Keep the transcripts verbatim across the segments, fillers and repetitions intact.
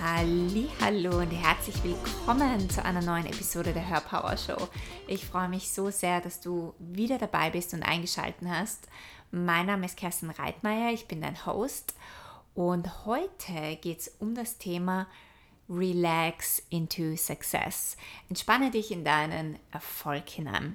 Hallihallo und herzlich willkommen zu einer neuen Episode der Hörpower Show. Ich freue mich so sehr, dass du wieder dabei bist und eingeschaltet hast. Mein Name ist Kerstin Reitmeier, ich bin dein Host und heute geht es um das Thema Relax into Success. Entspanne dich in deinen Erfolg hinein.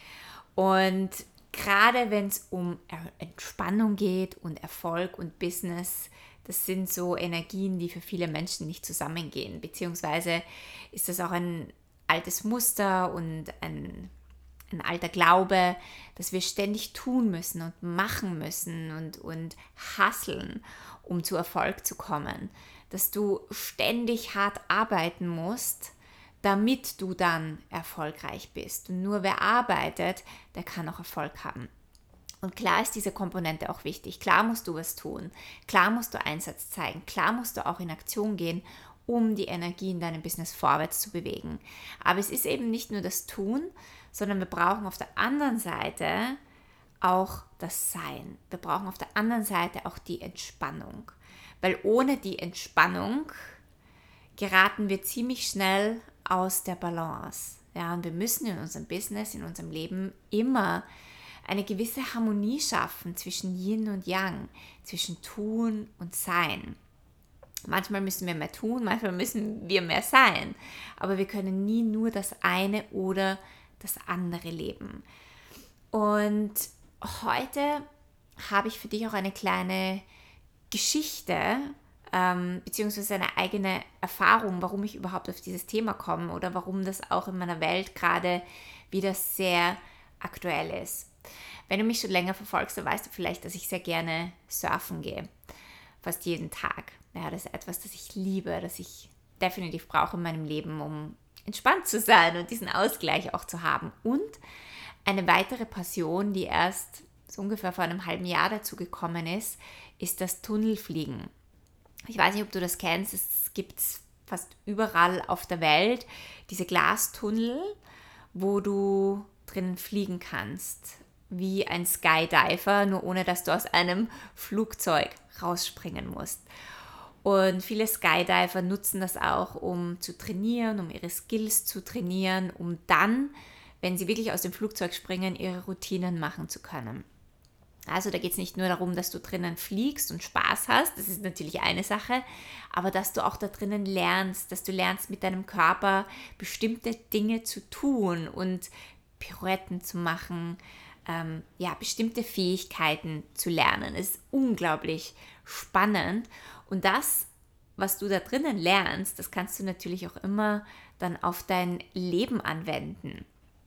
Und gerade wenn es um Entspannung geht und Erfolg und Business, das sind so Energien, die für viele Menschen nicht zusammengehen. Beziehungsweise ist das auch ein altes Muster und ein, ein alter Glaube, dass wir ständig tun müssen und machen müssen und, und hustlen, um zu Erfolg zu kommen. Dass du ständig hart arbeiten musst, damit du dann erfolgreich bist. Und nur wer arbeitet, der kann auch Erfolg haben. Und klar ist diese Komponente auch wichtig. Klar musst du was tun. Klar musst du Einsatz zeigen. Klar musst du auch in Aktion gehen, um die Energie in deinem Business vorwärts zu bewegen. Aber es ist eben nicht nur das Tun, sondern wir brauchen auf der anderen Seite auch das Sein. Wir brauchen auf der anderen Seite auch die Entspannung. Weil ohne die Entspannung geraten wir ziemlich schnell aus der Balance. Ja, und wir müssen in unserem Business, in unserem Leben immer eine gewisse Harmonie schaffen zwischen Yin und Yang, zwischen Tun und Sein. Manchmal müssen wir mehr tun, manchmal müssen wir mehr sein, aber wir können nie nur das eine oder das andere leben. Und heute habe ich für dich auch eine kleine Geschichte, ähm, beziehungsweise eine eigene Erfahrung, warum ich überhaupt auf dieses Thema komme oder warum das auch in meiner Welt gerade wieder sehr aktuell ist. Wenn du mich schon länger verfolgst, dann weißt du vielleicht, dass ich sehr gerne surfen gehe. Fast jeden Tag. Ja, das ist etwas, das ich liebe, das ich definitiv brauche in meinem Leben, um entspannt zu sein und diesen Ausgleich auch zu haben. Und eine weitere Passion, die erst so ungefähr vor einem halben Jahr dazu gekommen ist, ist das Tunnelfliegen. Ich weiß nicht, ob du das kennst, es gibt fast überall auf der Welt diese Glastunnel, wo du drinnen fliegen kannst, wie ein Skydiver, nur ohne dass du aus einem Flugzeug rausspringen musst. Und viele Skydiver nutzen das auch, um zu trainieren, um ihre Skills zu trainieren, um dann, wenn sie wirklich aus dem Flugzeug springen, ihre Routinen machen zu können. Also da geht es nicht nur darum, dass du drinnen fliegst und Spaß hast, das ist natürlich eine Sache, aber dass du auch da drinnen lernst, dass du lernst mit deinem Körper bestimmte Dinge zu tun und Pirouetten zu machen, ähm, ja, bestimmte Fähigkeiten zu lernen. Es ist unglaublich spannend und das, was du da drinnen lernst, das kannst du natürlich auch immer dann auf dein Leben anwenden.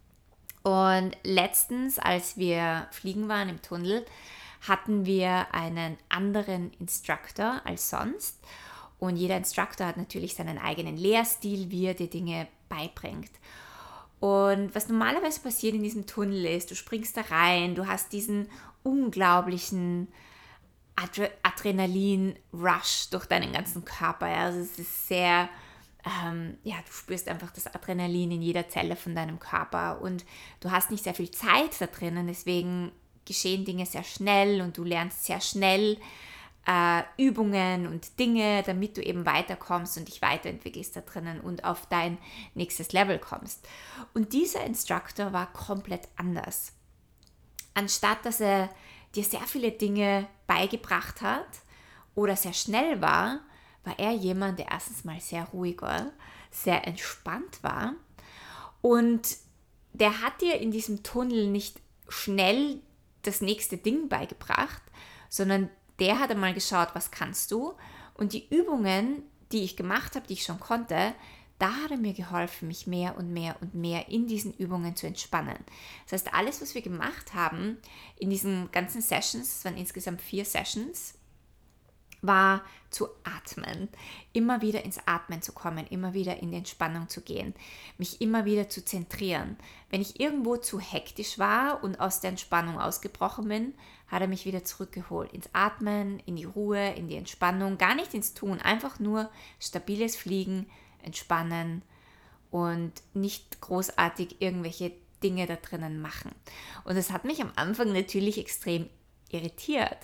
Und letztens, als wir fliegen waren im Tunnel, hatten wir einen anderen Instructor als sonst. Und jeder Instructor hat natürlich seinen eigenen Lehrstil, wie er dir Dinge beibringt. Und was normalerweise passiert in diesem Tunnel ist, du springst da rein, du hast diesen unglaublichen Adre- Adrenalin-Rush durch deinen ganzen Körper. Ja. Also es ist sehr... Ähm, ja, du spürst einfach das Adrenalin in jeder Zelle von deinem Körper und du hast nicht sehr viel Zeit da drinnen, deswegen geschehen Dinge sehr schnell und du lernst sehr schnell äh, Übungen und Dinge, damit du eben weiterkommst und dich weiterentwickelst da drinnen und auf dein nächstes Level kommst. Und dieser Instructor war komplett anders. Anstatt dass er dir sehr viele Dinge beigebracht hat oder sehr schnell war, war er jemand, der erstens mal sehr ruhig war, sehr entspannt war und der hat dir in diesem Tunnel nicht schnell das nächste Ding beigebracht, sondern der hat einmal geschaut, was kannst du, und die Übungen, die ich gemacht habe, die ich schon konnte, da hat er mir geholfen, mich mehr und mehr und mehr in diesen Übungen zu entspannen. Das heißt, alles, was wir gemacht haben in diesen ganzen Sessions, es waren insgesamt vier Sessions, war zu atmen, immer wieder ins Atmen zu kommen, immer wieder in die Entspannung zu gehen, mich immer wieder zu zentrieren. Wenn ich irgendwo zu hektisch war und aus der Entspannung ausgebrochen bin, hat er mich wieder zurückgeholt, ins Atmen, in die Ruhe, in die Entspannung, gar nicht ins Tun, einfach nur stabiles Fliegen, entspannen und nicht großartig irgendwelche Dinge da drinnen machen. Und das hat mich am Anfang natürlich extrem irritiert,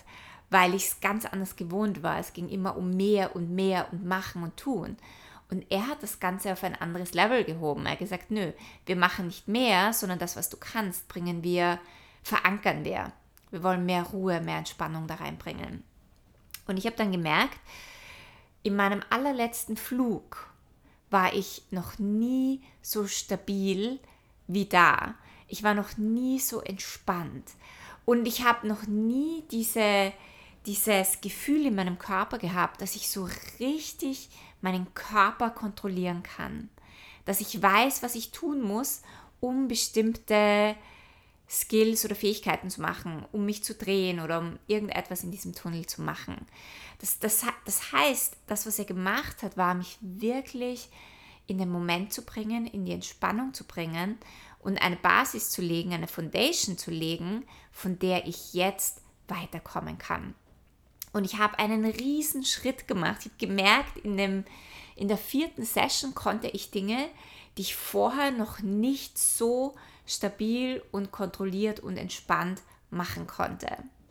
weil ich es ganz anders gewohnt war. Es ging immer um mehr und mehr und machen und tun. Und er hat das Ganze auf ein anderes Level gehoben. Er hat gesagt, nö, wir machen nicht mehr, sondern das, was du kannst, bringen wir, verankern wir. Wir wollen mehr Ruhe, mehr Entspannung da reinbringen. Und ich habe dann gemerkt, in meinem allerletzten Flug war ich noch nie so stabil wie da. Ich war noch nie so entspannt. Und ich habe noch nie diese, dieses Gefühl in meinem Körper gehabt, dass ich so richtig meinen Körper kontrollieren kann. Dass ich weiß, was ich tun muss, um bestimmte Skills oder Fähigkeiten zu machen, um mich zu drehen oder um irgendetwas in diesem Tunnel zu machen. Das, das, das heißt, das, was er gemacht hat, war, mich wirklich in den Moment zu bringen, in die Entspannung zu bringen und eine Basis zu legen, eine Foundation zu legen, von der ich jetzt weiterkommen kann. Und ich habe einen riesen Schritt gemacht. Ich habe gemerkt, in, dem, in der vierten Session konnte ich Dinge, die ich vorher noch nicht so stabil und kontrolliert und entspannt machen konnte.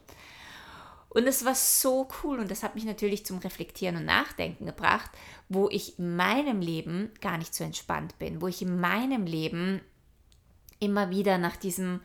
Und es war so cool und das hat mich natürlich zum Reflektieren und Nachdenken gebracht, wo ich in meinem Leben gar nicht so entspannt bin, wo ich in meinem Leben immer wieder nach diesem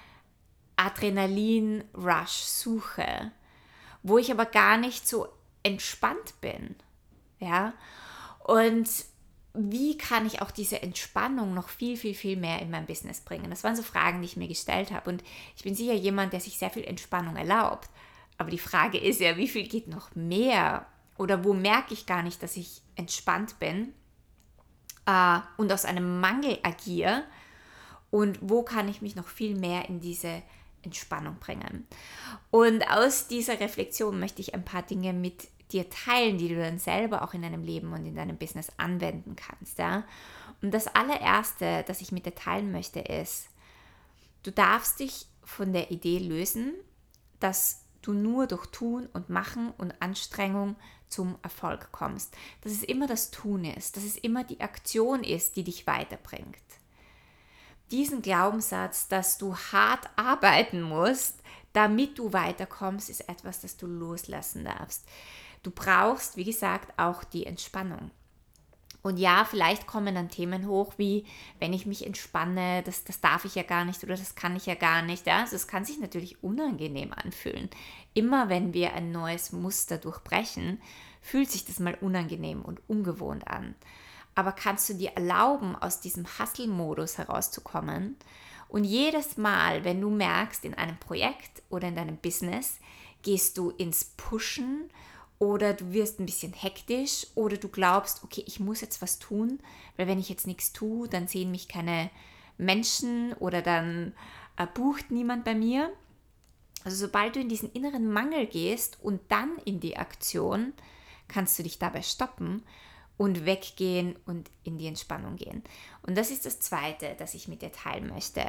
Adrenalin-Rush suche, wo ich aber gar nicht so entspannt bin. Ja? Und wie kann ich auch diese Entspannung noch viel, viel, viel mehr in mein Business bringen? Das waren so Fragen, die ich mir gestellt habe. Und ich bin sicher jemand, der sich sehr viel Entspannung erlaubt. Aber die Frage ist ja, wie viel geht noch mehr? Oder wo merke ich gar nicht, dass ich entspannt bin äh, und aus einem Mangel agiere? Und wo kann ich mich noch viel mehr in diese Entspannung bringen? Und aus dieser Reflexion möchte ich ein paar Dinge mit dir teilen, die du dann selber auch in deinem Leben und in deinem Business anwenden kannst. Ja? Und das allererste, das ich mit dir teilen möchte, ist, du darfst dich von der Idee lösen, dass du nur durch Tun und Machen und Anstrengung zum Erfolg kommst. Dass es immer das Tun ist, dass es immer die Aktion ist, die dich weiterbringt. Diesen Glaubenssatz, dass du hart arbeiten musst, damit du weiterkommst, ist etwas, das du loslassen darfst. Du brauchst, wie gesagt, auch die Entspannung. Und ja, vielleicht kommen dann Themen hoch, wie wenn ich mich entspanne, das, das darf ich ja gar nicht oder das kann ich ja gar nicht. Ja? Also es kann sich natürlich unangenehm anfühlen. Immer wenn wir ein neues Muster durchbrechen, fühlt sich das mal unangenehm und ungewohnt an. Aber kannst du dir erlauben, aus diesem Hustle-Modus herauszukommen? Und jedes Mal, wenn du merkst, in einem Projekt oder in deinem Business, gehst du ins Pushen oder du wirst ein bisschen hektisch oder du glaubst, okay, ich muss jetzt was tun, weil wenn ich jetzt nichts tue, dann sehen mich keine Menschen oder dann äh, bucht niemand bei mir. Also sobald du in diesen inneren Mangel gehst und dann in die Aktion, kannst du dich dabei stoppen und weggehen und in die Entspannung gehen. Und das ist das Zweite, das ich mit dir teilen möchte.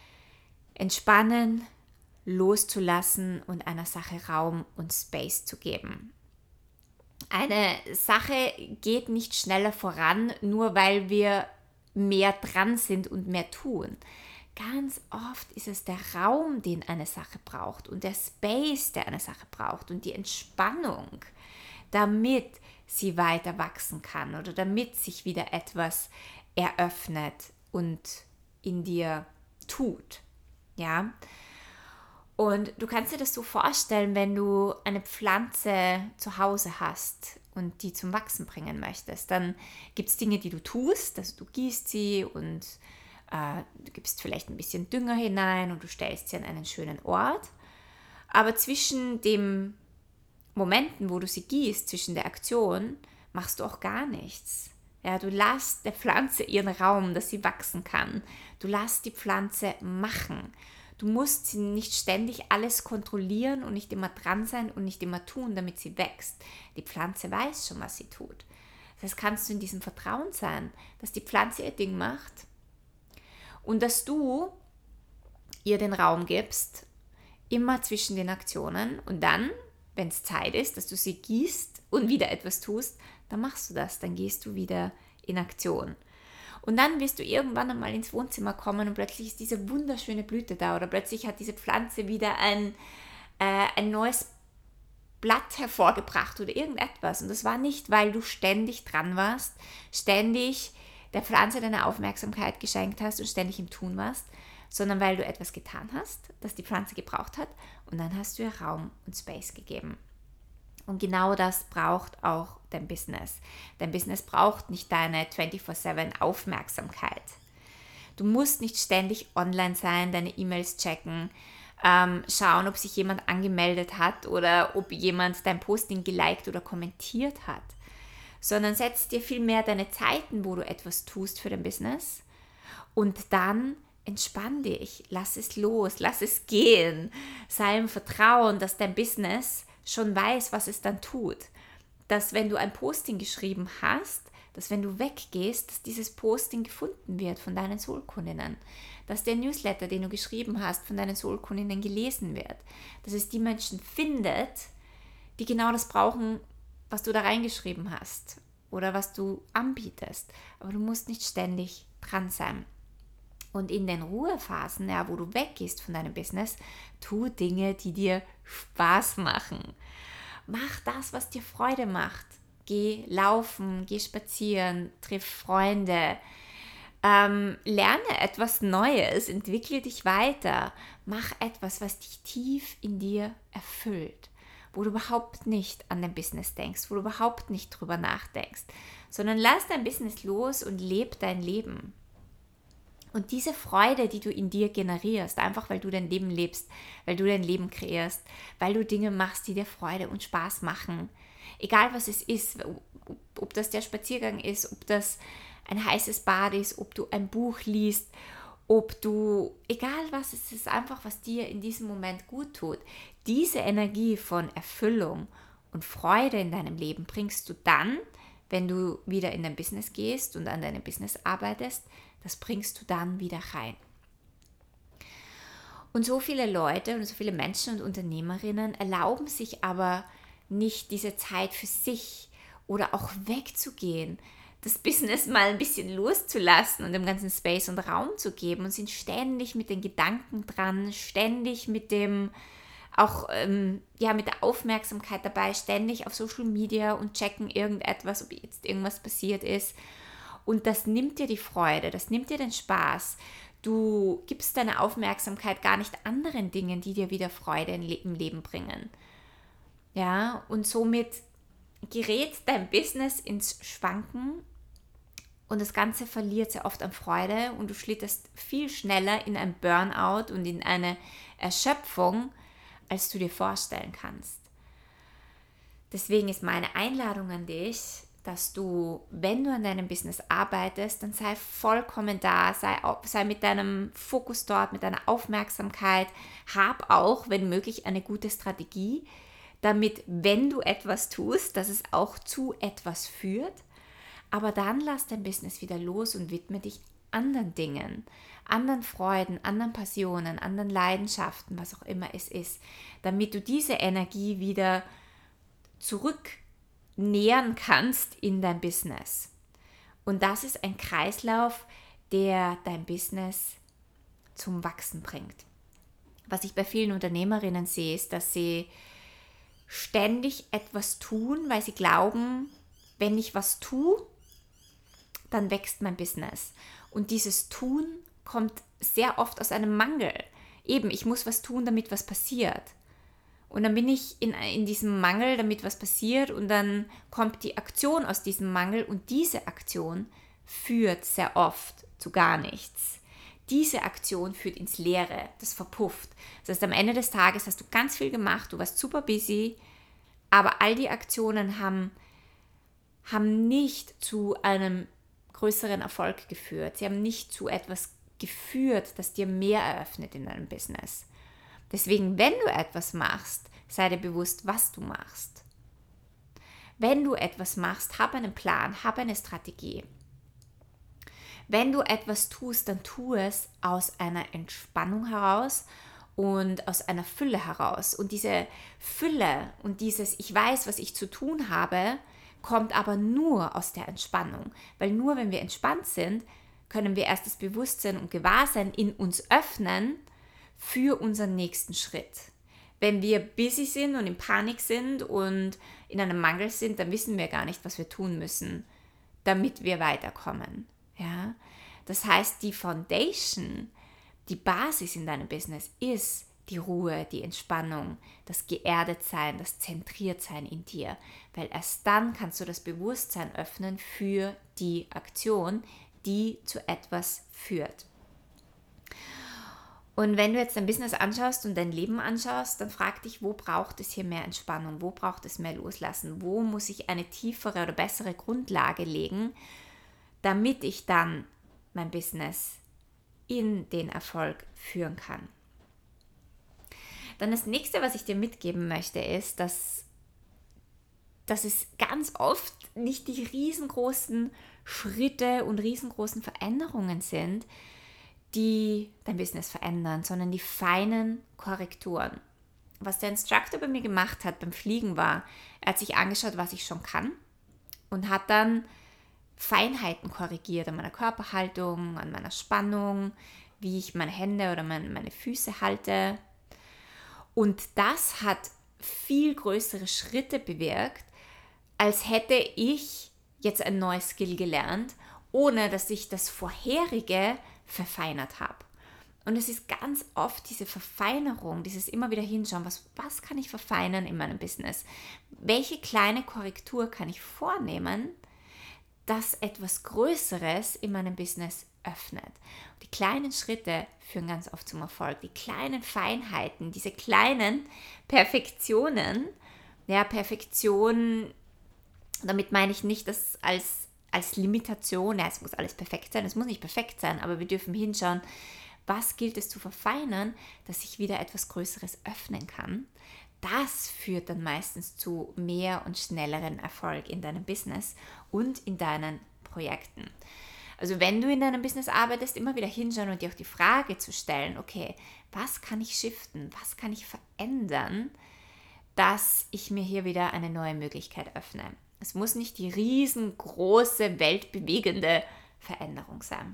Entspannen, loszulassen und einer Sache Raum und Space zu geben. Eine Sache geht nicht schneller voran, nur weil wir mehr dran sind und mehr tun. Ganz oft ist es der Raum, den eine Sache braucht und der Space, der eine Sache braucht und die Entspannung, damit sie weiter wachsen kann oder damit sich wieder etwas eröffnet und in dir tut. Ja? Und du kannst dir das so vorstellen, wenn du eine Pflanze zu Hause hast und die zum Wachsen bringen möchtest, dann gibt es Dinge, die du tust, also du gießt sie und äh, du gibst vielleicht ein bisschen Dünger hinein und du stellst sie an einen schönen Ort. Aber zwischen den Momenten, wo du sie gießt, zwischen der Aktion, machst du auch gar nichts. Ja, du lässt der Pflanze ihren Raum, dass sie wachsen kann. Du lässt die Pflanze machen. Du musst sie nicht ständig alles kontrollieren und nicht immer dran sein und nicht immer tun, damit sie wächst. Die Pflanze weiß schon, was sie tut. Das heißt, kannst du in diesem Vertrauen sein, dass die Pflanze ihr Ding macht und dass du ihr den Raum gibst, immer zwischen den Aktionen und dann, wenn es Zeit ist, dass du sie gießt und wieder etwas tust, dann machst du das, dann gehst du wieder in Aktion. Und dann wirst du irgendwann einmal ins Wohnzimmer kommen und plötzlich ist diese wunderschöne Blüte da oder plötzlich hat diese Pflanze wieder ein, äh, ein neues Blatt hervorgebracht oder irgendetwas. Und das war nicht, weil du ständig dran warst, ständig der Pflanze deine Aufmerksamkeit geschenkt hast und ständig im Tun warst, sondern weil du etwas getan hast, das die Pflanze gebraucht hat, und dann hast du ihr Raum und Space gegeben. Und genau das braucht auch dein Business. Dein Business braucht nicht deine vierundzwanzig sieben Aufmerksamkeit. Du musst nicht ständig online sein, deine E-Mails checken, ähm, schauen, ob sich jemand angemeldet hat oder ob jemand dein Posting geliked oder kommentiert hat, sondern setz dir viel mehr deine Zeiten, wo du etwas tust für dein Business, und dann entspann dich, lass es los, lass es gehen, sei im Vertrauen, dass dein Business schon weiß, was es dann tut, dass wenn du ein Posting geschrieben hast, dass wenn du weggehst, dass dieses Posting gefunden wird von deinen Soulkundinnen, dass der Newsletter, den du geschrieben hast, von deinen Soulkundinnen gelesen wird, dass es die Menschen findet, die genau das brauchen, was du da reingeschrieben hast oder was du anbietest. Aber du musst nicht ständig dran sein. Und in den Ruhephasen, ja, wo du weggehst von deinem Business, tu Dinge, die dir Spaß machen. Mach das, was dir Freude macht. Geh laufen, geh spazieren, triff Freunde, ähm, lerne etwas Neues, entwickle dich weiter, mach etwas, was dich tief in dir erfüllt, wo du überhaupt nicht an dein Business denkst, wo du überhaupt nicht drüber nachdenkst, sondern lass dein Business los und leb dein Leben. Und diese Freude, die du in dir generierst, einfach weil du dein Leben lebst, weil du dein Leben kreierst, weil du Dinge machst, die dir Freude und Spaß machen, egal was es ist, ob das der Spaziergang ist, ob das ein heißes Bad ist, ob du ein Buch liest, ob du, egal was es ist, einfach was dir in diesem Moment gut tut. Diese Energie von Erfüllung und Freude in deinem Leben bringst du dann, wenn du wieder in dein Business gehst und an deinem Business arbeitest, das bringst du dann wieder rein. Und so viele Leute und so viele Menschen und Unternehmerinnen erlauben sich aber nicht diese Zeit für sich oder auch wegzugehen, das Business mal ein bisschen loszulassen und dem ganzen Space und Raum zu geben, und sind ständig mit den Gedanken dran, ständig mit dem, auch ähm, ja, mit der Aufmerksamkeit dabei, ständig auf Social Media und checken irgendetwas, ob jetzt irgendwas passiert ist. Und das nimmt dir die Freude, das nimmt dir den Spaß. Du gibst deine Aufmerksamkeit gar nicht anderen Dingen, die dir wieder Freude im Leben bringen. Ja, und somit gerät dein Business ins Schwanken und das Ganze verliert sehr oft an Freude und du schlitterst viel schneller in ein Burnout und in eine Erschöpfung, als du dir vorstellen kannst. Deswegen ist meine Einladung an dich, dass du, wenn du an deinem Business arbeitest, dann sei vollkommen da, sei, sei mit deinem Fokus dort, mit deiner Aufmerksamkeit, hab auch, wenn möglich, eine gute Strategie, damit, wenn du etwas tust, dass es auch zu etwas führt, aber dann lass dein Business wieder los und widme dich anderen Dingen, anderen Freuden, anderen Passionen, anderen Leidenschaften, was auch immer es ist, damit du diese Energie wieder zurücknähern kannst in dein Business. Und das ist ein Kreislauf, der dein Business zum Wachsen bringt. Was ich bei vielen Unternehmerinnen sehe, ist, dass sie ständig etwas tun, weil sie glauben, wenn ich was tue, dann wächst mein Business. Und dieses Tun kommt sehr oft aus einem Mangel. Eben, ich muss was tun, damit was passiert. Und dann bin ich in, in diesem Mangel, damit was passiert, und dann kommt die Aktion aus diesem Mangel, und diese Aktion führt sehr oft zu gar nichts. Diese Aktion führt ins Leere, das verpufft. Das heißt, am Ende des Tages hast du ganz viel gemacht, du warst super busy, aber all die Aktionen haben, haben nicht zu einem größeren Erfolg geführt. Sie haben nicht zu etwas geführt, das dir mehr eröffnet in deinem Business. Deswegen, wenn du etwas machst, sei dir bewusst, was du machst. Wenn du etwas machst, hab einen Plan, hab eine Strategie. Wenn du etwas tust, dann tu es aus einer Entspannung heraus und aus einer Fülle heraus. Und diese Fülle und dieses Ich weiß, was ich zu tun habe, kommt aber nur aus der Entspannung. Weil nur wenn wir entspannt sind, können wir erst das Bewusstsein und Gewahrsein in uns öffnen für unseren nächsten Schritt. Wenn wir busy sind und in Panik sind und in einem Mangel sind, dann wissen wir gar nicht, was wir tun müssen, damit wir weiterkommen. Ja? Das heißt, die Foundation, die Basis in deinem Business ist die Ruhe, die Entspannung, das Geerdetsein, das Zentriertsein in dir. Weil erst dann kannst du das Bewusstsein öffnen für die Aktion, die zu etwas führt. Und wenn du jetzt dein Business anschaust und dein Leben anschaust, dann frag dich, wo braucht es hier mehr Entspannung, wo braucht es mehr Loslassen, wo muss ich eine tiefere oder bessere Grundlage legen, damit ich dann mein Business in den Erfolg führen kann. Dann das nächste, was ich dir mitgeben möchte, ist, dass, dass es ganz oft nicht die riesengroßen Schritte und riesengroßen Veränderungen sind, die dein Business verändern, sondern die feinen Korrekturen. Was der Instructor bei mir gemacht hat beim Fliegen war, er hat sich angeschaut, was ich schon kann und hat dann Feinheiten korrigiert an meiner Körperhaltung, an meiner Spannung, wie ich meine Hände oder meine, meine Füße halte. Und das hat viel größere Schritte bewirkt, als hätte ich jetzt ein neues Skill gelernt, ohne dass ich das vorherige verfeinert habe. Und es ist ganz oft diese Verfeinerung, dieses immer wieder hinschauen, was, was kann ich verfeinern in meinem Business? Welche kleine Korrektur kann ich vornehmen, dass etwas Größeres in meinem Business öffnet? Die kleinen Schritte führen ganz oft zum Erfolg. Die kleinen Feinheiten, diese kleinen Perfektionen, ja, Perfektion, damit meine ich nicht, dass als, als Limitation, ja, es muss alles perfekt sein, es muss nicht perfekt sein, aber wir dürfen hinschauen, was gilt es zu verfeinern, dass ich wieder etwas Größeres öffnen kann. Das führt dann meistens zu mehr und schnelleren Erfolg in deinem Business und in deinen Projekten. Also wenn du in deinem Business arbeitest, immer wieder hinschauen und dir auch die Frage zu stellen, okay, was kann ich shiften, was kann ich verändern, dass ich mir hier wieder eine neue Möglichkeit öffne. Es muss nicht die riesengroße, weltbewegende Veränderung sein.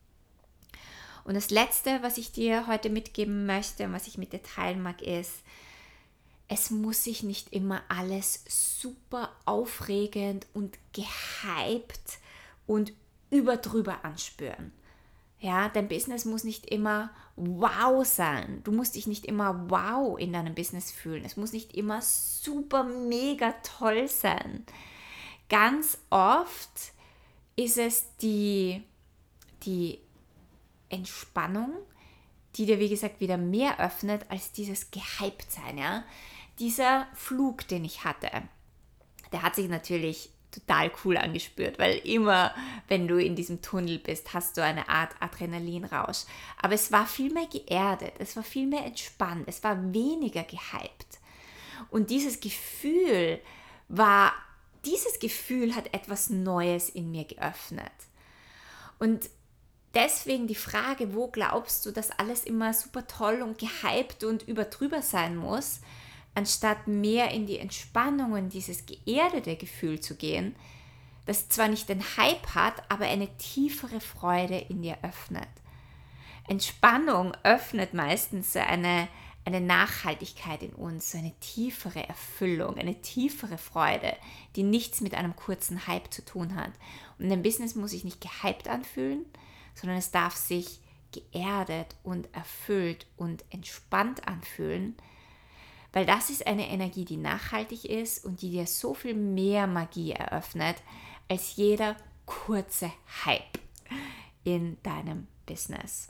Und das Letzte, was ich dir heute mitgeben möchte und was ich mit dir teilen mag, ist, es muss sich nicht immer alles super aufregend und gehypt und überdrüber anspüren. Ja, dein Business muss nicht immer wow sein. Du musst dich nicht immer wow in deinem Business fühlen. Es muss nicht immer super mega toll sein. Ganz oft ist es die, die Entspannung, die dir, wie gesagt, wieder mehr öffnet als dieses Gehyptsein. Ja? Dieser Flug, den ich hatte, der hat sich natürlich total cool angespürt, weil immer, wenn du in diesem Tunnel bist, hast du eine Art Adrenalinrausch. Aber es war viel mehr geerdet, es war viel mehr entspannt, es war weniger gehypt. Und dieses Gefühl war, dieses Gefühl hat etwas Neues in mir geöffnet. Und deswegen die Frage, wo glaubst du, dass alles immer super toll und gehypt und überdrüber sein muss, anstatt mehr in die Entspannung und dieses geerdete Gefühl zu gehen, das zwar nicht den Hype hat, aber eine tiefere Freude in dir öffnet. Entspannung öffnet meistens so eine, eine Nachhaltigkeit in uns, so eine tiefere Erfüllung, eine tiefere Freude, die nichts mit einem kurzen Hype zu tun hat. Und ein Business muss sich nicht gehypt anfühlen, sondern es darf sich geerdet und erfüllt und entspannt anfühlen, weil das ist eine Energie, die nachhaltig ist und die dir so viel mehr Magie eröffnet, als jeder kurze Hype in deinem Business.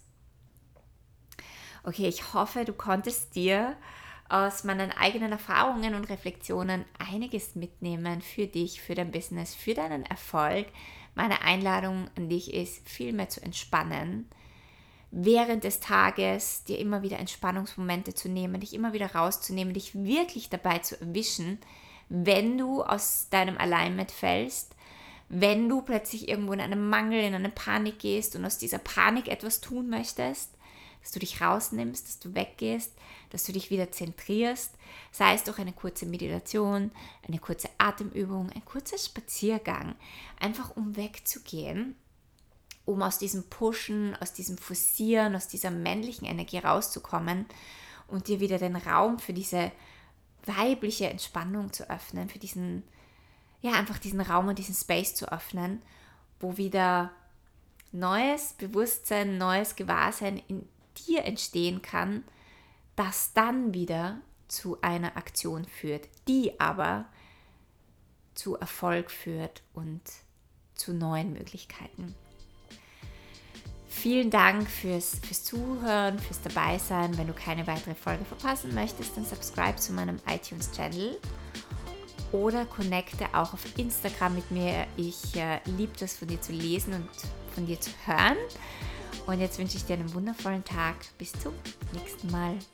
Okay, ich hoffe, du konntest dir aus meinen eigenen Erfahrungen und Reflexionen einiges mitnehmen für dich, für dein Business, für deinen Erfolg. Meine Einladung an dich ist, viel mehr zu entspannen, während des Tages dir immer wieder Entspannungsmomente zu nehmen, dich immer wieder rauszunehmen, dich wirklich dabei zu erwischen, wenn du aus deinem Alignment fällst, wenn du plötzlich irgendwo in einen Mangel, in eine Panik gehst und aus dieser Panik etwas tun möchtest, dass du dich rausnimmst, dass du weggehst, dass du dich wieder zentrierst, sei es durch eine kurze Meditation, eine kurze Atemübung, ein kurzer Spaziergang, einfach um wegzugehen, um aus diesem Pushen, aus diesem Forcieren, aus dieser männlichen Energie rauszukommen und dir wieder den Raum für diese weibliche Entspannung zu öffnen, für diesen, ja, einfach diesen Raum und diesen Space zu öffnen, wo wieder neues Bewusstsein, neues Gewahrsein in dir entstehen kann, das dann wieder zu einer Aktion führt, die aber zu Erfolg führt und zu neuen Möglichkeiten. Vielen Dank fürs, fürs Zuhören, fürs Dabeisein. Wenn du keine weitere Folge verpassen möchtest, dann subscribe zu meinem iTunes-Channel oder connecte auch auf Instagram mit mir. Ich äh, liebe das, von dir zu lesen und von dir zu hören. Und jetzt wünsche ich dir einen wundervollen Tag. Bis zum nächsten Mal.